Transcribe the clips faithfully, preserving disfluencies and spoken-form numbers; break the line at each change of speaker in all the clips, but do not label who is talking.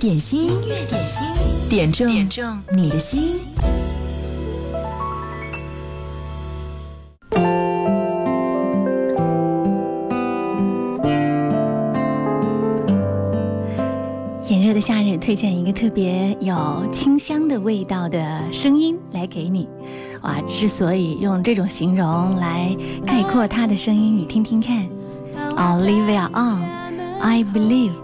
点心，音乐点心，点中点中你的心。
炎热的夏日，推荐一个特别有清香的味道的声音来给你。哇，之所以用这种形容来概括她的声音，你听听看。Olivia On, I Believe。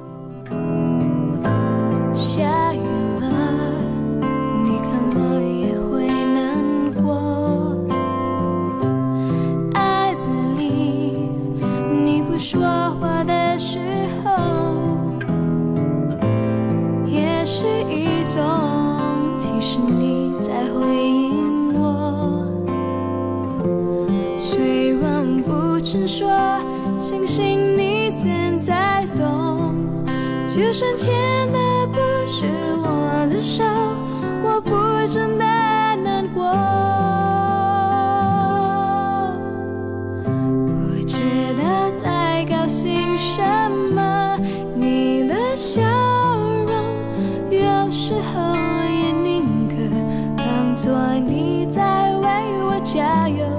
下雨了，你看了也会难过。I believe， 你不说话的时候，也是一种提示你在回应我。虽然不曾说，相信你正在懂。就算牵的不是我的手，我不会真的难过。不知道在高兴什么，你的笑容有时候也宁可当作你在为我加油。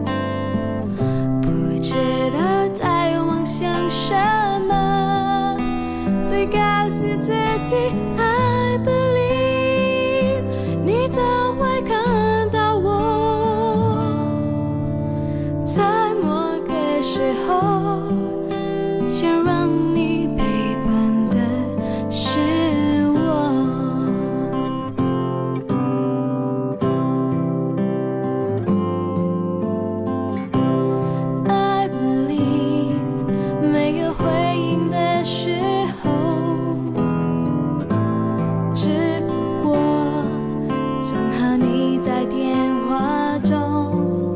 不知道在妄想什么，最告诉自己 I believe， 你总会看到我，在某个时候想让你陪伴的是我。I believe， 没有回应的时候，只不过正好你在电话中。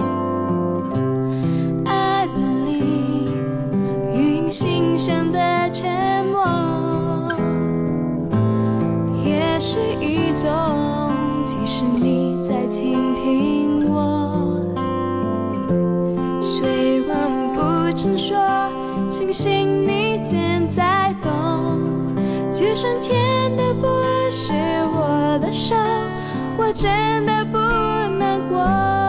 I believe， 语音信箱的沉默也是一种提示你在倾听我。虽然不曾说，相信你正在懂。就算牵的不是我的手，我真的不难过。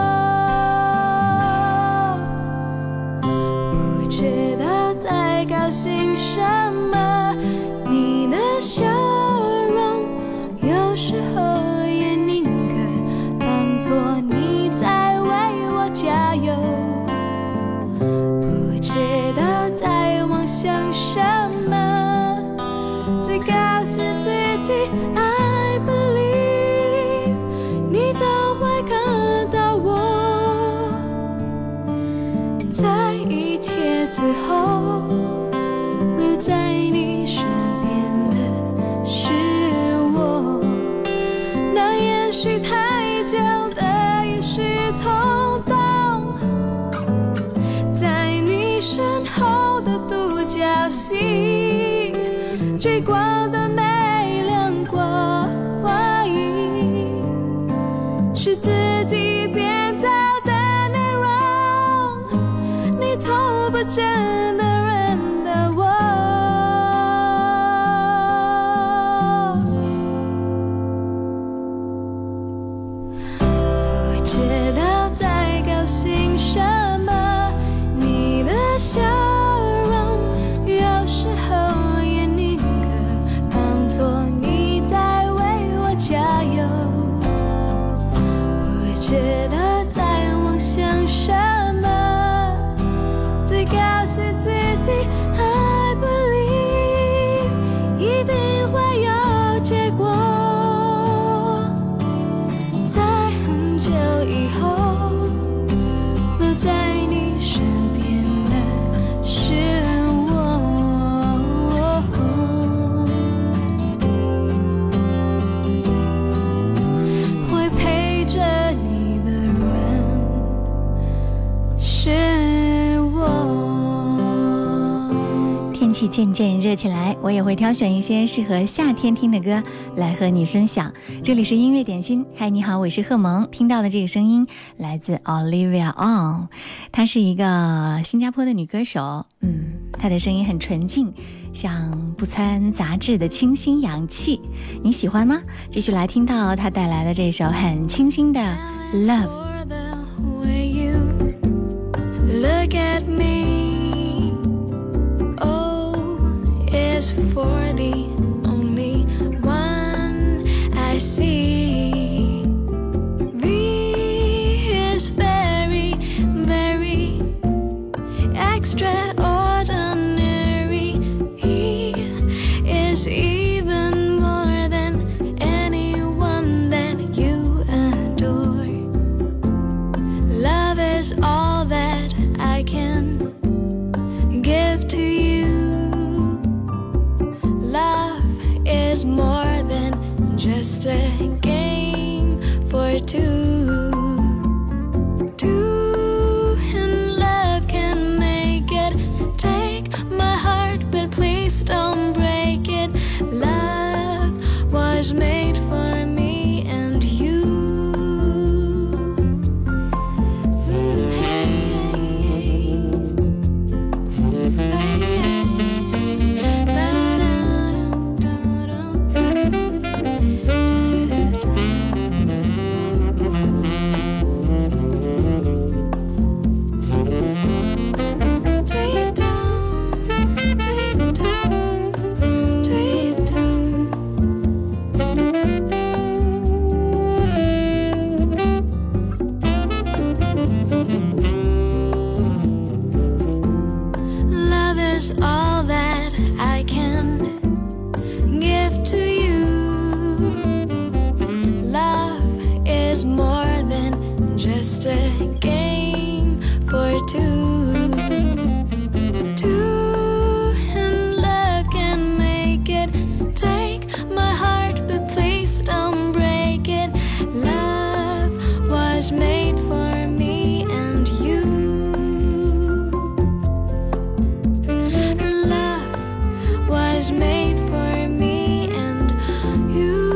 不知道在高兴什么，你的笑容有时候也宁可当作你在为我加油。不知道在妄想什么，最告诉自己 I believe， 你总会看到我，在一切之后留在你身边的是我。那延续太久的也是冲动，在你身后的独角戏，追光的没亮过，怀疑是自己编造的内容，你从不真的认得我。不知道在高兴什么，你的笑容有时候也宁可当作你在为我加油。不知道在妄想什么，最告诉自己 I believe， 一定会有结果。在很久以后留在你身边的是我，会陪着你的人是我。
天气渐渐热起来，我也会挑选一些适合夏天听的歌来和你分享。这里是音乐点心，嗨，你好，我是贺萌。听到的这个声音来自 Olivia On， 她是一个新加坡的女歌手，嗯， 他的声音很纯净，像不掺杂质的清新氧气，你喜欢吗？继续来听到他带来的这首很清新的 Love。
Look at me, O is for the only one I see. V is very, very extraordinary. E is even more than anyone that you adore. Love is all that I can give to you. Love is more than just a game for two. Two in love can make it. Take my heart, but please don't break it. Love was made for me and you. All that I can give to you. Love is more than just a game for two. Two in love can make it. Take my heart, but please don't break it. Love was made for me and you. Was made for me and you.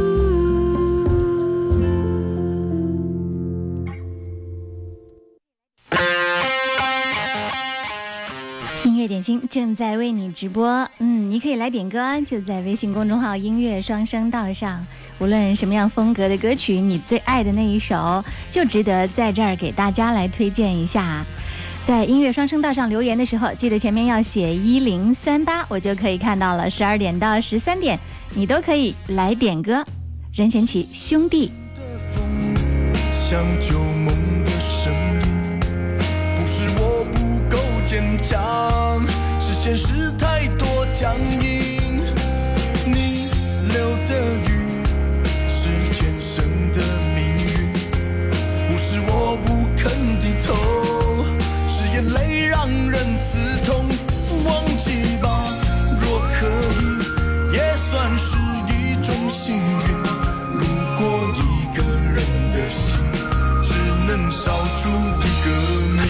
音乐点心正在为你直播，嗯，你可以来点歌啊，就在微信公众号音乐双声道上，无论什么样风格的歌曲，你最爱的那一首就值得在这儿给大家来推荐一下。在音乐双声道上留言的时候，记得前面要写一零三八，我就可以看到了。十二点到十三点，你都可以来点歌。任贤齐兄弟。
像旧梦的声音，不是我不够坚强，是现实太多僵硬。你流的雨是天生的命运，不是我不肯低头，眼泪让人刺痛，忘记吧，若可以，也算是一种幸运。如果一个人的心只能少出一个谜，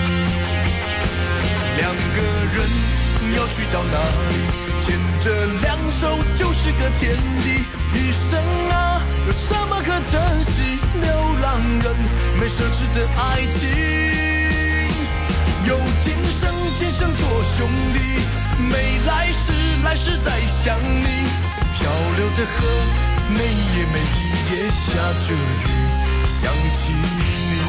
两个人要去到哪里？牵着两手就是个天地。一生啊，有什么可珍惜？流浪人没奢侈的爱情。有今生今生做兄弟，没来世来世再想你。漂流的河，每夜每夜下着雨，想起你。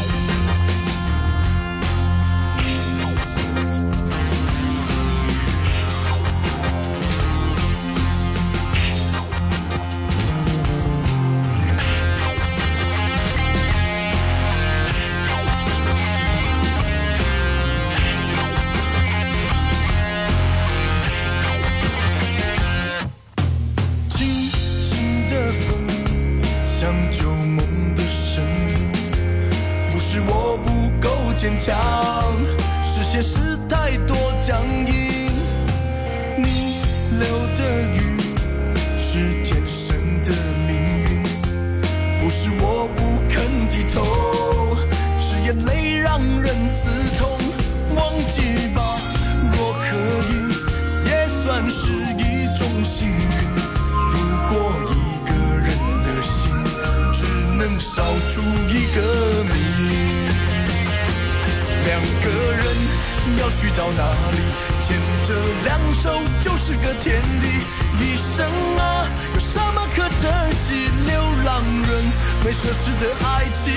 坚强，是现实太多僵硬。你流的雨是天生的命运，不是我不肯低头，是眼泪让人刺痛。忘记吧，若可以，也算是一种幸运。如果一个人的心只能少出一个谜，两个人要去到哪里？牵着两手就是个天地。一生啊，有什么可珍惜？流浪人没奢侈的爱情。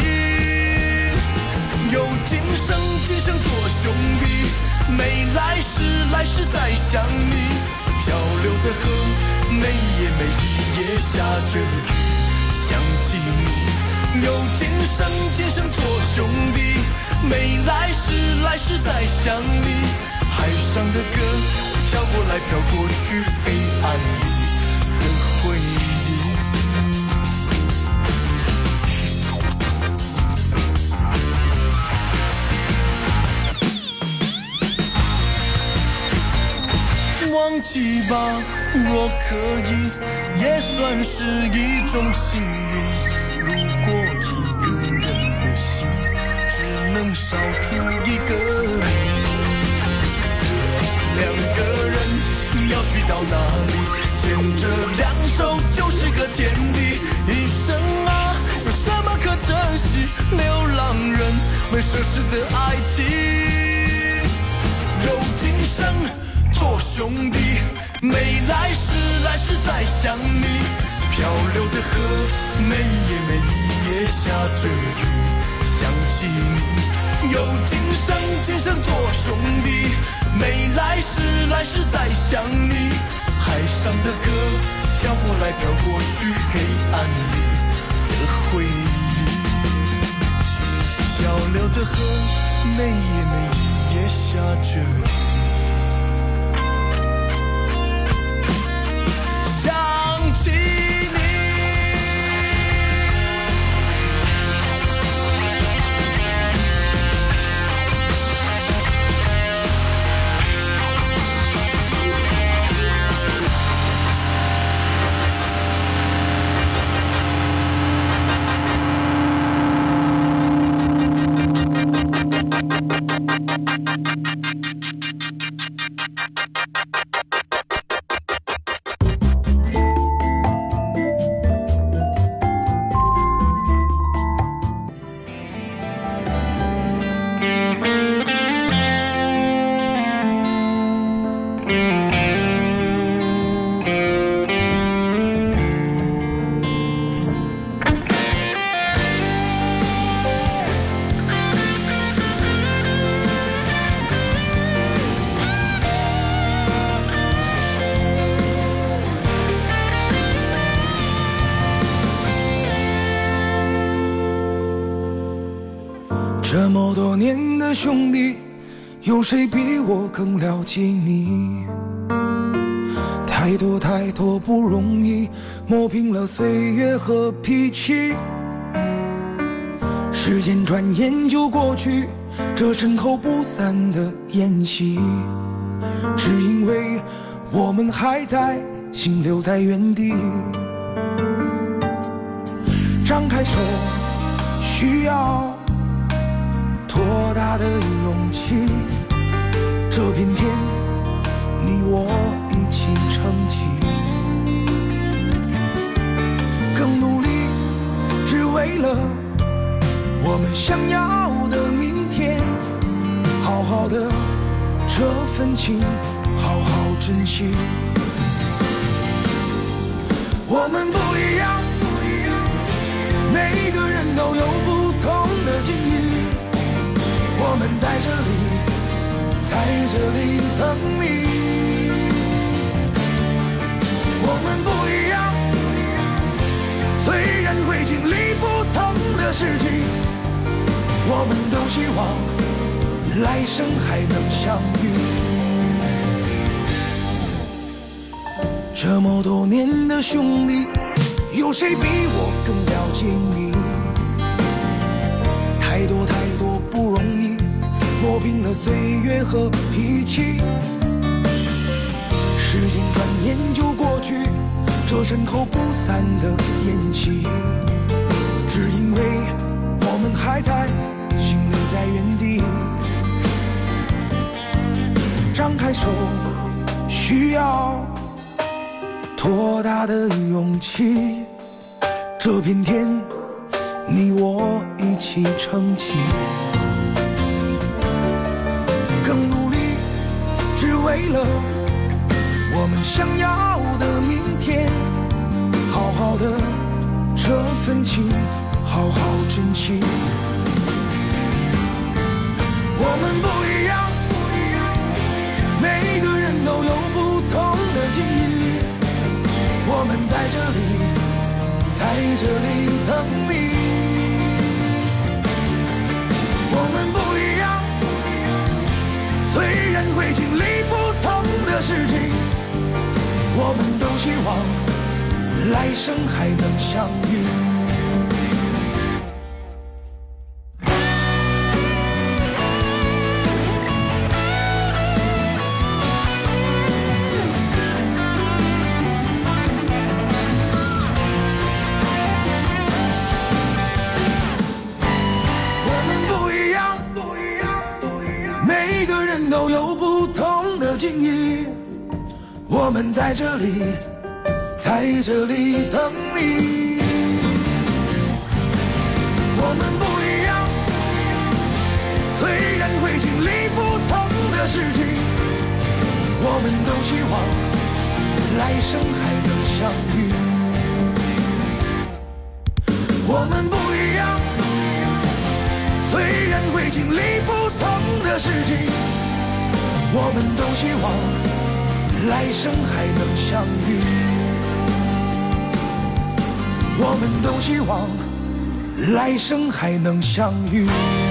有今生今生做兄弟，没来世来世再想你。漂流的河，每夜每一夜下着雨，想起你。有今生今生做兄弟，没来世来世再想你。海上的歌，飘过来飘过去，黑暗里的回忆。忘记吧，若可以，也算是一种幸运。如果一个人的心只能烧出一个你，两个人要去到哪里？牵着两手就是个天地。一生啊，有什么可珍惜？流浪人没奢侈的爱情。有今生做兄弟，没来世来世再想你。漂流的河，每夜每一夜下着雨，想起你。有今生今生做兄弟，没来世来世再想你。海上的歌，飘过来飘过去，黑暗里的回忆。漂流的河，每夜每一夜下着雨。想起你。
这么多年的兄弟，有谁比我更了解你？太多太多不容易，磨平了岁月和脾气。时间转眼就过去，这身后不散的宴席，只因为我们还在，心留在原地。张开手，需要多大的勇气？这片天，你我一起撑起，更努力，只为了我们想要的明天。好好的这份情，好好珍惜。我们不一样，每个人都有不同的境遇。我们在这里，在这里等你。我们不一样，虽然会经历不同的事情，我们都希望来生还能相遇。这么多年的兄弟，有谁比我更了解你？太多太多不容易，磨平了岁月和脾气。时间转眼就过去，这身后不散的宴席，只因为我们还在，心留在原地。张开手，需要多大的勇气？这片天，你我一起撑起，更努力， 了我们想要的明天，好好的这份情，好好珍惜。我们不一样，每个人都有不同的境遇，我们在这里，在这里等你。我们不一样，虽然会经历不同的事情，我们都希望来生还能相遇。都有不同的境遇，我们在这里，在这里等你。我们不一样，虽然会经历不同的事情，我们都希望来生还能相遇。我们不一样，虽然会经历不同的事情，我们都希望来生还能相遇，我们都希望来生还能相遇。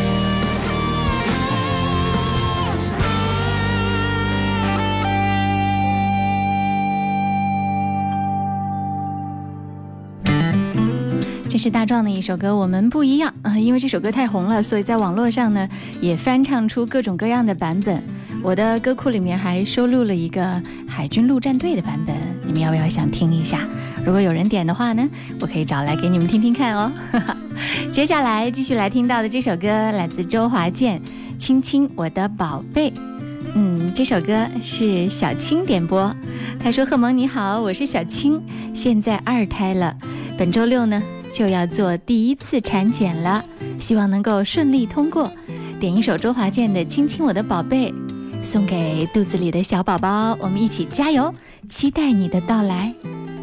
这是大壮的一首歌《我们不一样》啊、呃，因为这首歌太红了，所以在网络上呢也翻唱出各种各样的版本。我的歌库里面还收录了一个海军陆战队的版本，你们要不要想听一下？如果有人点的话呢，我可以找来给你们听听看哦。接下来继续来听到的这首歌来自周华健，《亲亲我的宝贝》。嗯，这首歌是小青点播，他说：贺萌你好，我是小青，现在二胎了，本周六呢就要做第一次产检了，希望能够顺利通过。点一首周华健的《亲亲我的宝贝》，送给肚子里的小宝宝，我们一起加油，期待你的到来。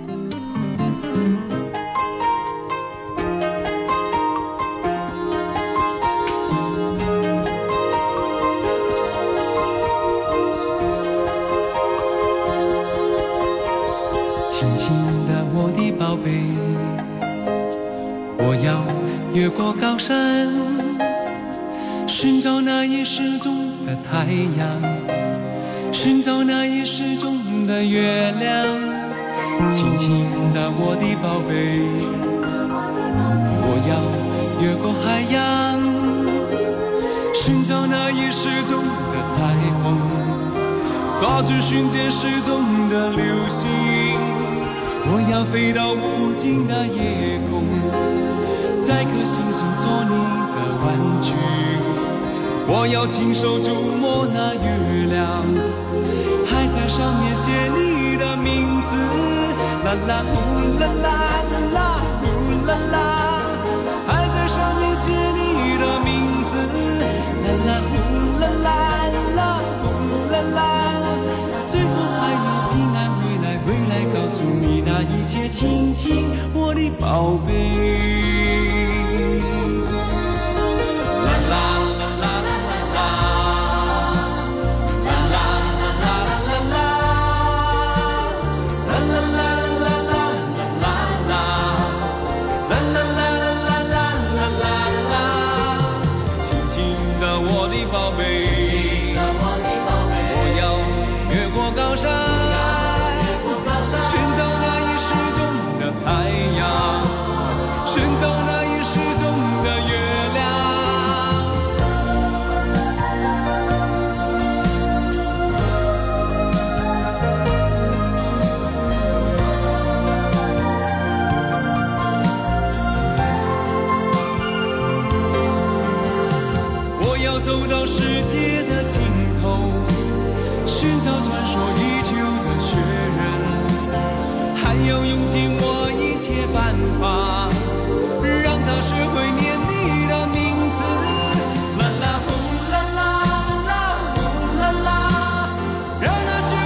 亲亲的我的宝贝，我要越过高山，寻找那已失踪的太阳，寻找那已失踪的月亮。亲亲的我的宝贝，我要越过海洋，寻找那已失踪的彩虹，抓住瞬间失踪的流星。我要飞到无尽的夜空，摘颗星星做你的玩具。我要亲手触摸那月亮，还在上面写你的名字。啦啦呼啦啦啦呼啦啦，还在上面写你的名字。啦啦呼啦啦啦呼啦啦，最后还要平安回来，回来告诉你那一切。亲亲我的宝贝。走到世界的尽头，寻找传说已久的雪人，还要用尽我一切办法，让他学会念你的名字。啦啦呼啦啦啦呼啦啦，让他学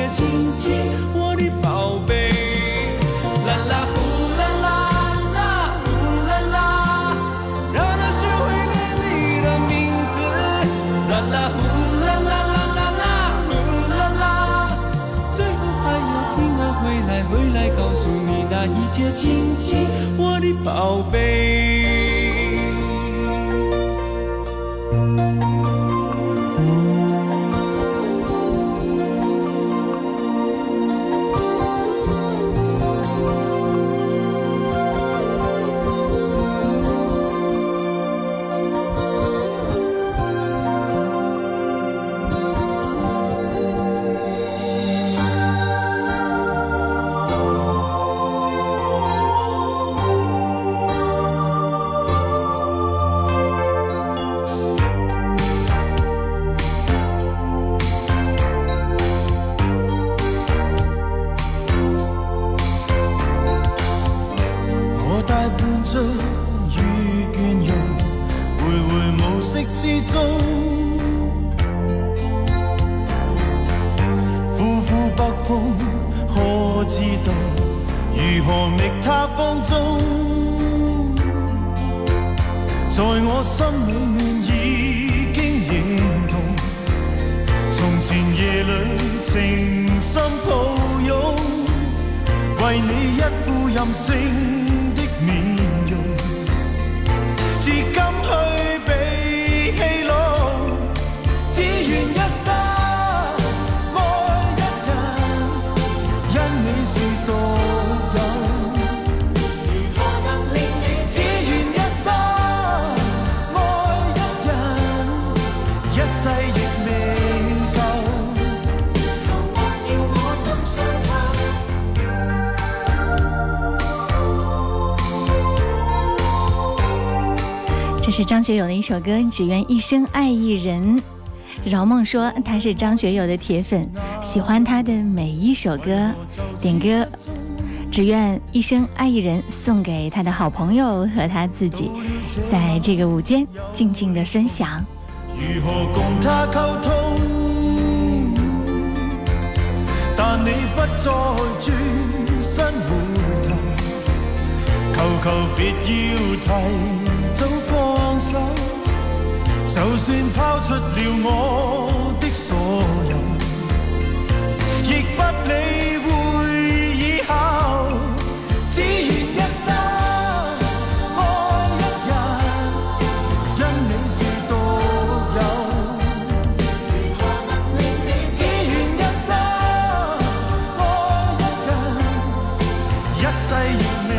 切亲亲，我的宝贝。啦啦呼啦啦啦呼啦啦，让它学会念你的名字。啦啦呼啦啦啦啦啦呼啦啦，最后还要平安回来，回来告诉你那一切亲亲，我的宝贝。
这是张学友的一首歌《只愿一生爱一人》。饶梦说他是张学友的铁粉，喜欢他的每一首歌。点歌《只愿一生爱一人》送给他的好朋友和他自己，在这个午间静静的分享。
如何共他溝通？但你不再轉身回頭，求求別要提早放手，就算拋出了我的所有，亦不理會以後，只願一生愛一人，因你是獨有，如何能令你只願一生愛一人，一世亦未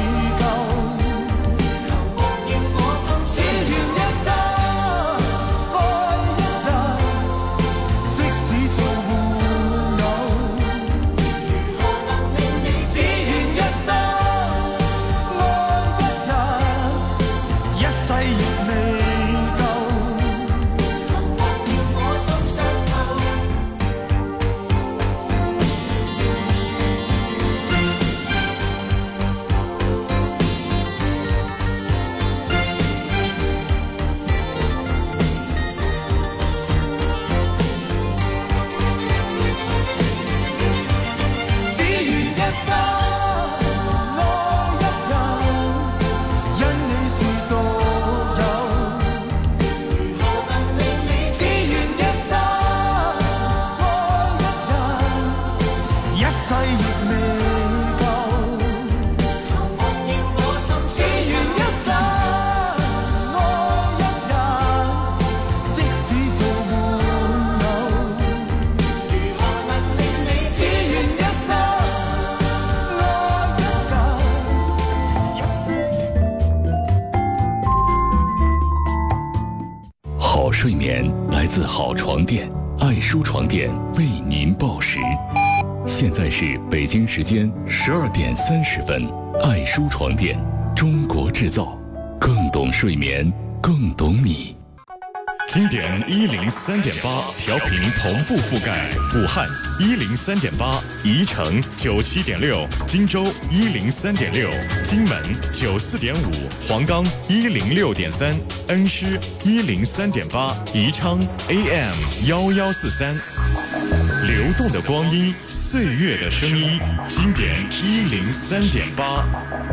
睡眠来自好床垫，爱舒床垫为您报时。现在是北京时间十二点三十分，爱舒床垫，中国制造，更懂睡眠，更懂你。
经典一零三点八调频同步覆盖武汉一零三点八，宜城九七点六，荆州一零三点六，荆门九四点五，黄冈一零六点三，恩施一零三点八，宜昌 A M 幺幺四三。 流动的光阴，岁月的声音，经典一零三点八。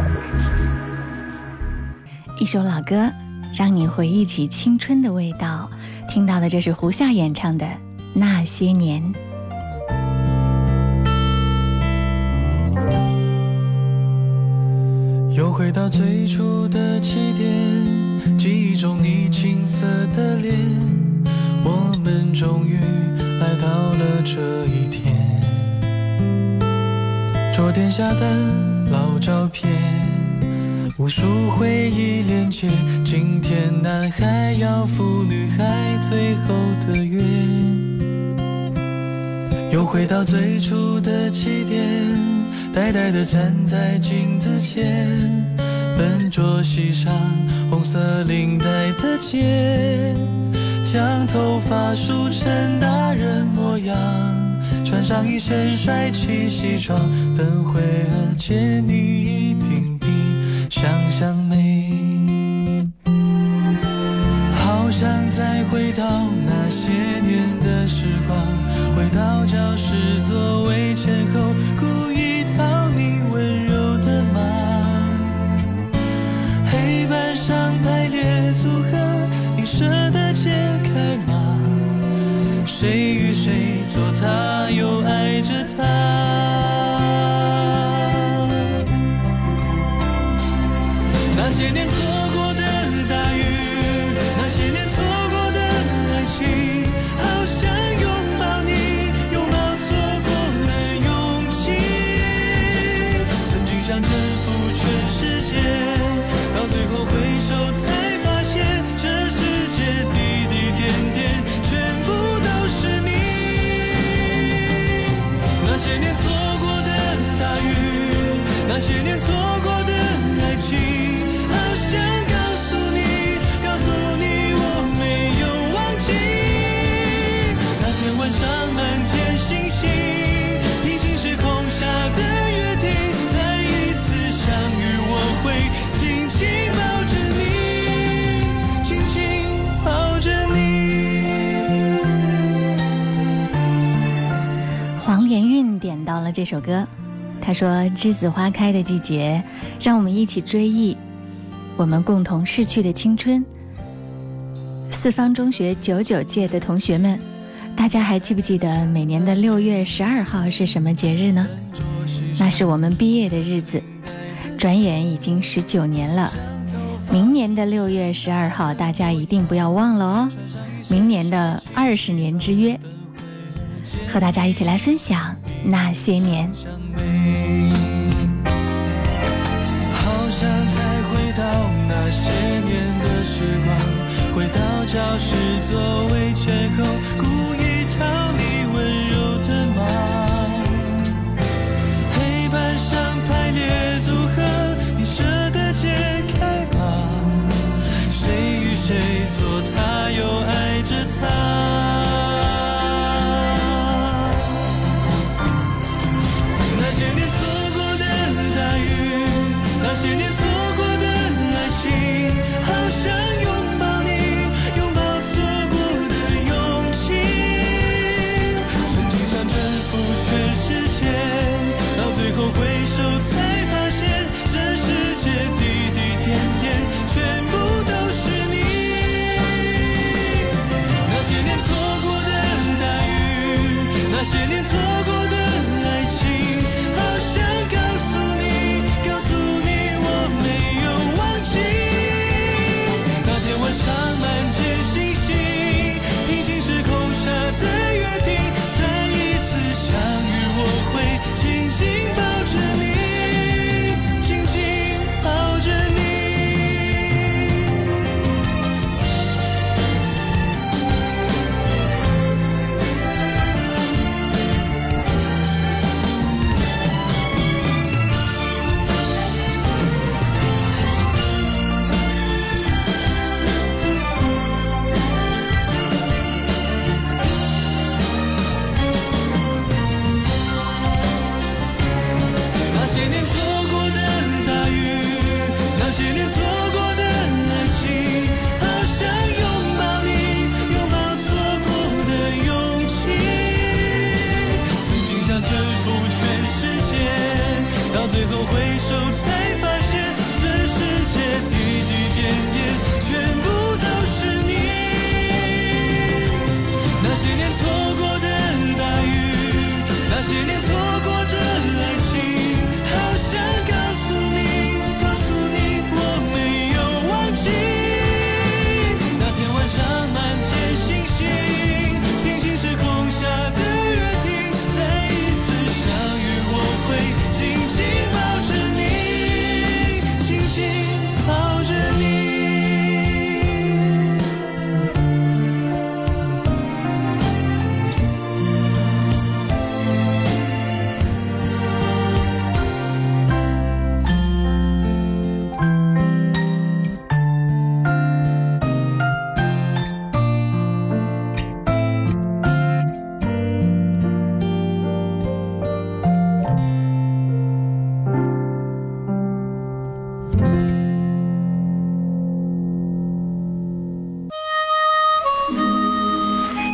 一首老歌，让你回忆起青春的味道。听到的这是胡夏演唱的《那些年》。
又回到最初的起点，记忆中你青涩的脸，我们终于来到了这一天。桌垫下的老照片，无数回忆连接，今天男孩要赴女孩最后的约。又回到最初的起点，呆呆地站在镜子前，笨拙系上红色领带的结，将头发梳成大人模样，穿上一身帅气西装，等会儿见你一定比想象美。好想再回到那些年的时光，回到教室座位前后，故意讨你温柔的骂，黑板上排列组合，你舍得解开吗？谁与谁做他又爱着他，那些年错过的大雨，那些年错过的爱情，好想拥抱你，拥抱错过的勇气。曾经想征服全世界，到最后回首才发现，这世界滴滴点点全部都是你。那些年错过的大雨，那些年错过的爱情，好想告诉你，告诉你我没有忘记。那天晚上满天星星，平行时空下的约定，再一次相遇我会紧紧抱着你，紧紧抱着你。
黄连韵点到了这首歌，他说栀子花开的季节，让我们一起追忆我们共同逝去的青春。四方中学九九届的同学们，大家还记不记得每年的六月十二号是什么节日呢？那是我们毕业的日子，转眼已经十九年了。明年的六月十二号大家一定不要忘了哦，明年的二十年之约，和大家一起来分享那些年。
好想再回到那些年的时光，回到教室座位前后，故意讨你温柔的骂，黑板上排列组合，你舍得解开吗？谁与谁做他又爱着他，那些年错过的大雨，那些年错过的爱情，好想拥抱你，拥抱错过的勇气。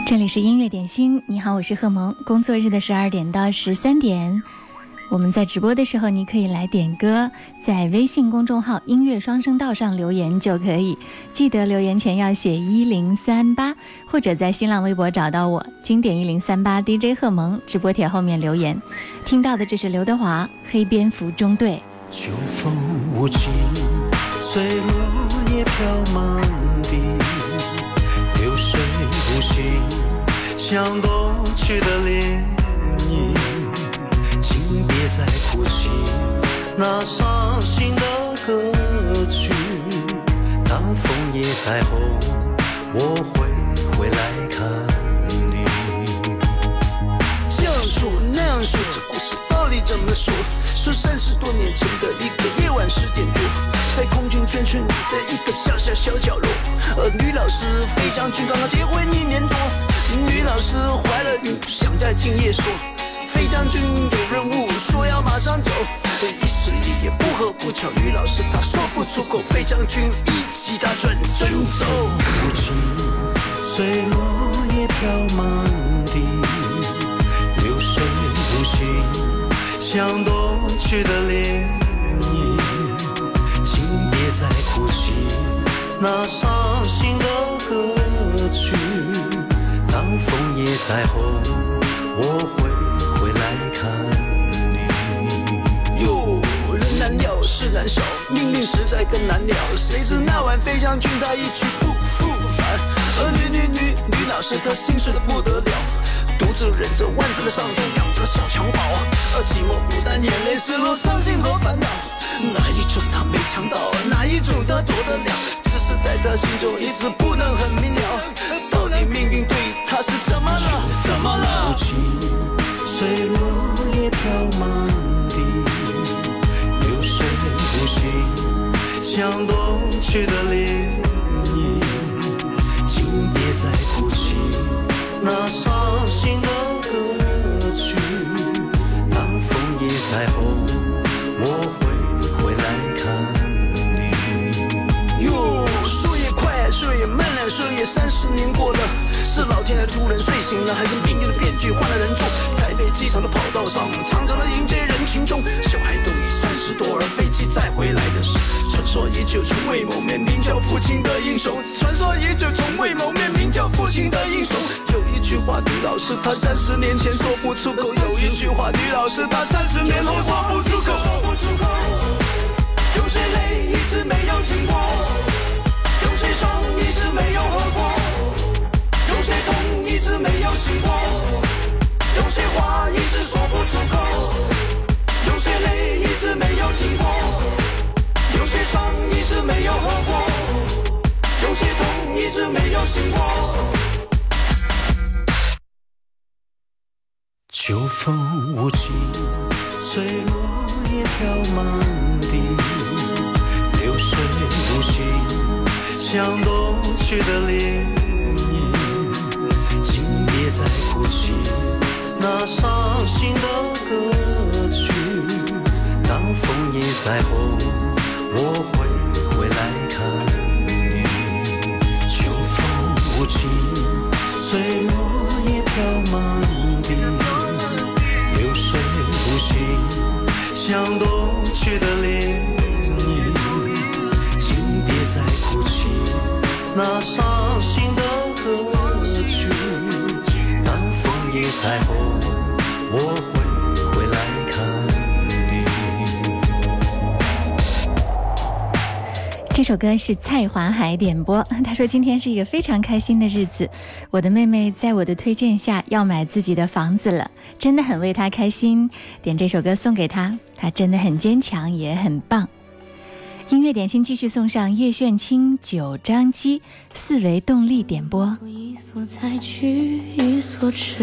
这里是音乐点心，你好，我是贺萌。工作日的十二点到十三点，我们在直播的时候，你可以来点歌，在微信公众号音乐双声道上留言就可以，记得留言前要写一零三八，或者在新浪微博找到我经典一零三八 D J 贺萌，直播帖后面留言。听到的这是刘德华《黑蝙蝠中队》。
秋风无情，随落叶飘满地，流水无形，像夺去的涟漪，请别再哭泣那伤心的歌曲。当枫叶再红，我会回来看你。这样说那样说，这故事到底怎么说？说三十多年前的一个夜晚十点多，在空军眷村里的一个小小小角落，而女老师费将军刚刚结婚一年多，女老师怀了孕，想在今夜说，费将军有任务，说要马上走。一时一夜不合不巧，女老师她说不出口，费将军一起她转身走。无情，随落叶飘满地，流水无形，像夺去的涟漪，请别再哭泣那伤心的歌曲。当枫叶再红，我会回来看你。哟，人难料事难少，命运实在更难料。谁知那晚费将军他一去不复返，而女女女女老师她心碎得不得了，独自忍着万分的伤痛，养着小襁褓，而寂寞孤单，眼泪失落，伤心和烦恼。哪一种他没尝到，哪一种他躲得了？只是在他心中一直不能很明了，到底命运对他是怎么了？怎么了？无情，随落叶飘满地，流水无形，像夺去的涟漪，请别再哭泣那伤心的歌曲。当枫叶再红，我会回来看你。哟，树叶快，树叶慢了，树叶三十年过了，是老天爷突然睡醒了，还是命运的变局换了人做？台北机场的跑道上，长长的迎接人群中，小孩都已三十多，而飞机再回来的是传说已久从未谋面名叫父亲的英雄，传说已久从未谋面名叫父亲的英雄。有一句话，女老师她三十年前说不出口；有一句话，女老师她三十年后说不出口。有谁泪一直没有停过？有谁伤一直没有合过？有谁痛一直没有醒过？有谁话一直说不出口？有谁泪一直没有停过？有谁伤一直没有合过？有谁痛一直没有醒过？秋风无情，随落叶飘满地，流水无形，像夺去的涟漪，请别再哭泣那伤心的歌曲。当枫叶再红，我会回来看你。秋风无情，随落叶飘满地，流水无形，像夺去的涟漪，请别再哭泣那伤心的歌曲。当枫叶再红，我会回来看你。
这首歌是蔡华海点播，他说今天是一个非常开心的日子，我的妹妹在我的推荐下要买自己的房子了，真的很为她开心，点这首歌送给她，她真的很坚强也很棒。音乐点心继续送上叶炫清九张机四维动力点播。
一所采取一所吃，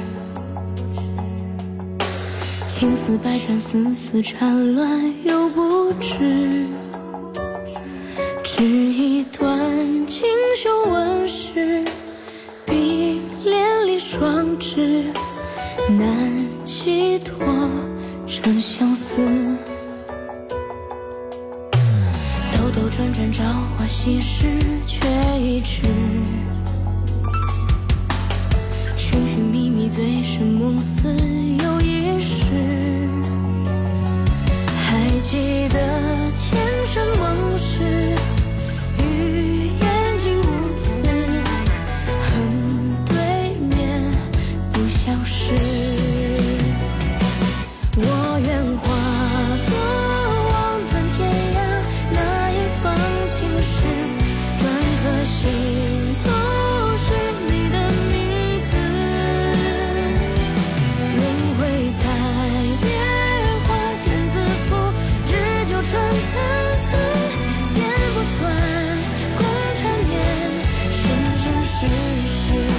情丝百转丝丝缠乱又不知，织一段锦绣纹饰，碧连理双枝，难寄托成相思。兜兜转转朝花夕拾，却一直寻寻觅觅，醉生梦死有一世。还记得前生梦世，与眼睛无词，恨对面不消失。我愿化作望断天涯那一方青石，转颗心都是你的名字。轮回彩蝶花间自负，日久春参差，剪不断，共缠绵，生生世世。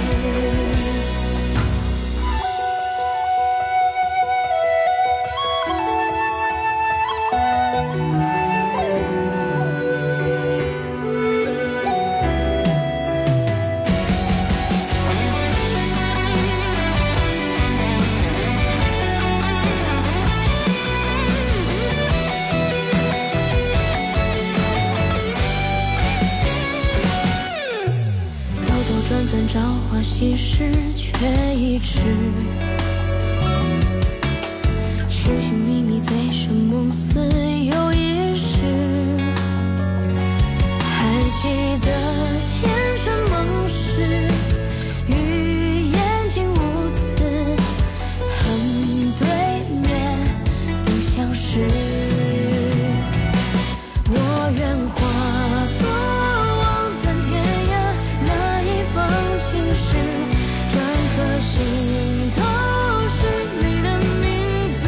兜兜转转，朝花夕拾，却一池。寻寻觅觅，醉生梦死有一世。还记得前生梦世，与眼睛无词，恨对面不消失。我愿化作望断天涯那一方青石，转颗心都是你的名字。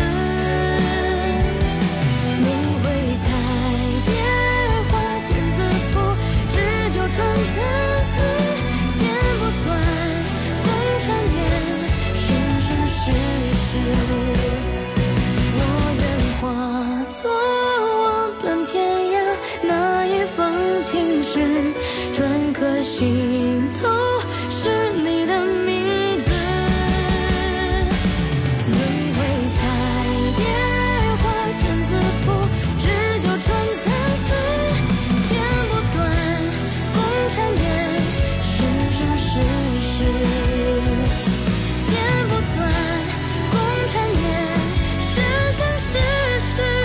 轮回彩蝶花间自负，日久春参差，剪不断，共缠绵，生生世世。我愿化作望断天涯那一方青石，转颗心都是你的名字。轮回彩蝶花间自负，日久春参差，剪不断，共缠绵，生生世世。剪不断，共缠绵，生生世世。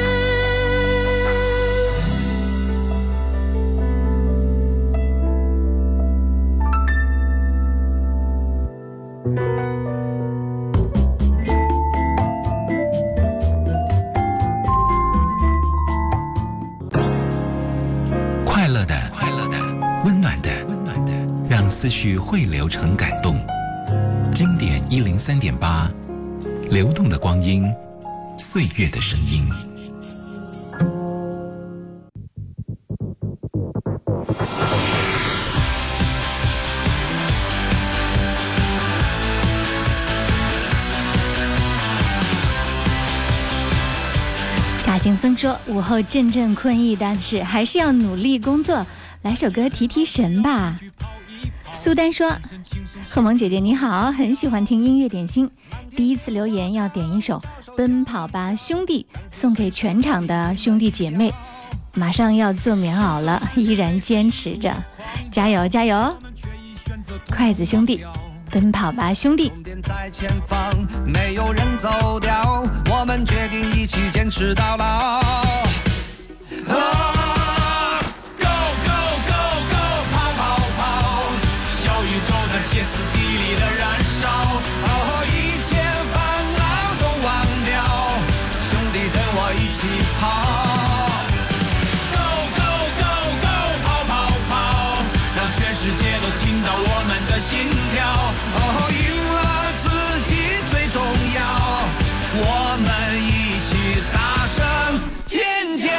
快乐的，快乐的，温暖的，温暖的，让思绪汇流成感动。经典一零三点八，流动的光阴，岁月的声音。
夏行僧说：“午后阵阵困意，但是还是要努力工作。来首歌提提神吧。”苏丹说：“贺萌姐姐你好，很喜欢听音乐点心，第一次留言要点一首《奔跑吧兄弟》，送给全场的兄弟姐妹。马上要做棉袄了，依然坚持着，加油加油！筷子兄弟。”奔跑吧兄弟，
在前方没有人走掉，我们决定一起坚持到老。啊 Go Go Go Go 跑跑跑，小宇宙在歇斯底里的燃烧，哦，一切烦恼都忘掉，兄弟跟我一起跑。Go Go Go Go 跑跑跑，让全世界都听到我们的心跳。哦，赢了自己最重要，我们一起大声尖叫。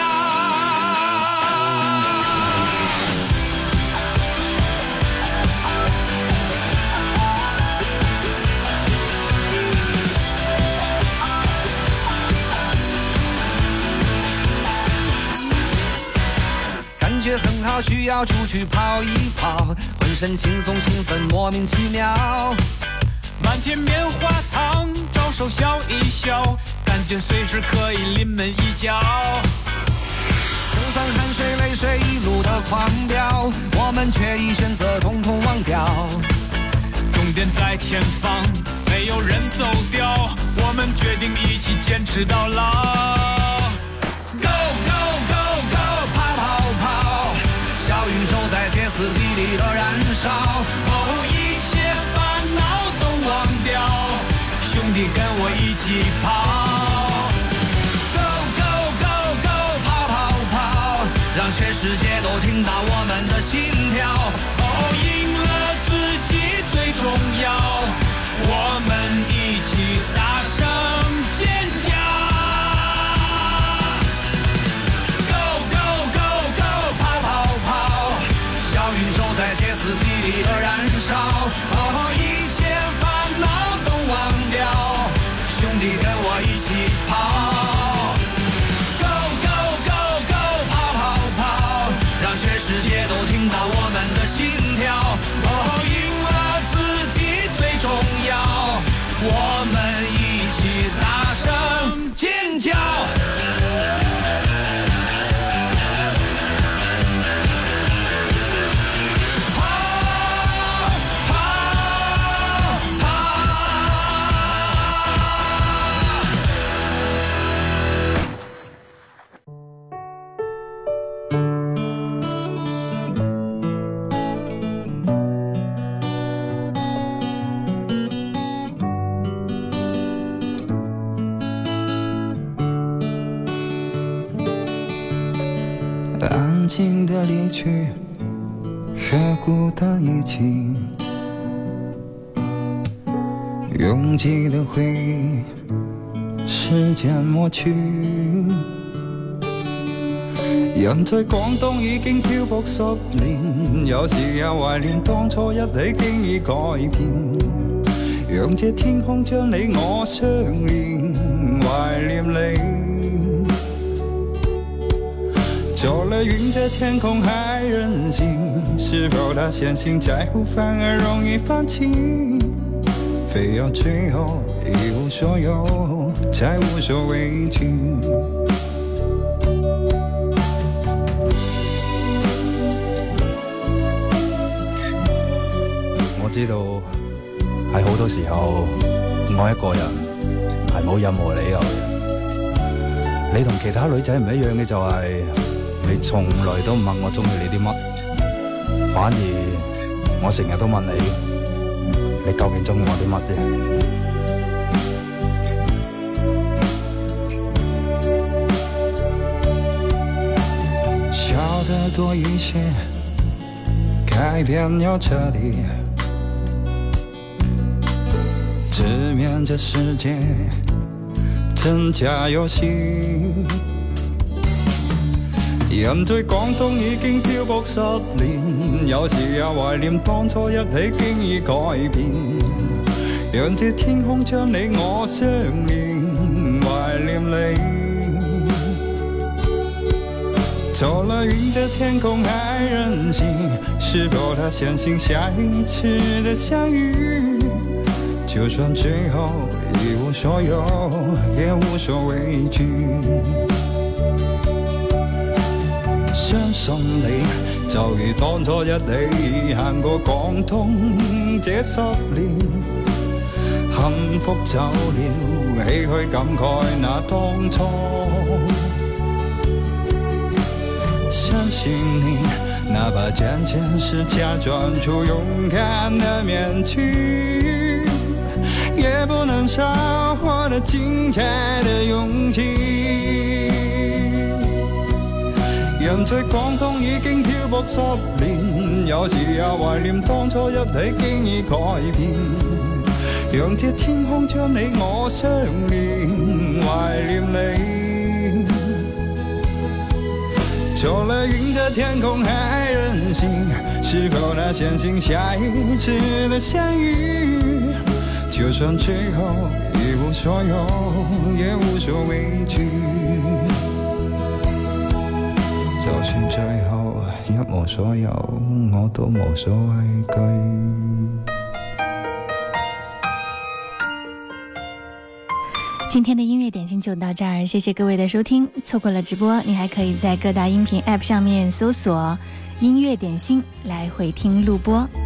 感觉很好，需要出去跑一跑，浑身轻松兴奋，莫名其妙。
满天棉花糖，招手笑一笑，感觉随时可以临门一脚。
就算汗水泪水一路的狂飙，我们却已选择统统忘掉。
终点远在前方，没有人走掉，我们决定一起坚持到老。Go go go go， 跑跑跑，小宇宙在歇斯底里的燃烧。哦，一切烦恼都忘掉，兄弟跟我一起跑。Go go go go， 跑跑跑，让全世界都听到我们的心跳。哦，赢了自己最重要，我们一起大声尖叫。Go go go go， 跑跑跑，小宇宙在歇斯底里的燃烧。哦，一切烦恼都忘掉，兄弟跟我一起跑。Go go go go， 跑跑跑，让全世界都听到我们的心跳。哦，赢了自己最重要，我们一起大声尖叫。
安静的离去，越孤单一起，拥挤的回忆，時間抹去。人在廣東已經漂泊十年，有時也懷念當初一起經已改變，讓這天空將你我相連，懷念你。走了雲的天空還任性，是否他相信在乎反而容易放棄，非要最後一無所有才無所畏懼。
我知道喺好多時候愛一個人係冇任何理由嘅，你同其他女仔唔一樣嘅就係你從來都唔問我中意你啲乜，反而我成日都問你，你究竟中意我啲乜啫？
笑得多一些，改變要徹底，直面這世界真假遊戲。人在廣東已經漂泊十年，有時也懷念當初一起經已改變，讓這天空將你我相連，懷念你。走了雲的天空還任性，是否他相信下一次的相遇，就算最後一無所有也無所畏懼。相信你，就如當初一起行過廣東這十年，幸福走了，唏噓感慨那當初。相信你，哪怕漸漸是假裝出勇敢的面具，也不能少獲得精彩的勇氣。人在廣東已經漂泊十年，有時也懷念當初一起經已改變，讓這天空將你我相連，懷念你。走了雲的天空還任性，是否他相信下一次的相遇，就算最後一無所有也無所畏懼，就算最後一無所有，我都無所畏懼。
今天的音乐点心就到这儿，谢谢各位的收听。错过了直播，你还可以在各大音频 App 上面搜索音乐点心来回听录播。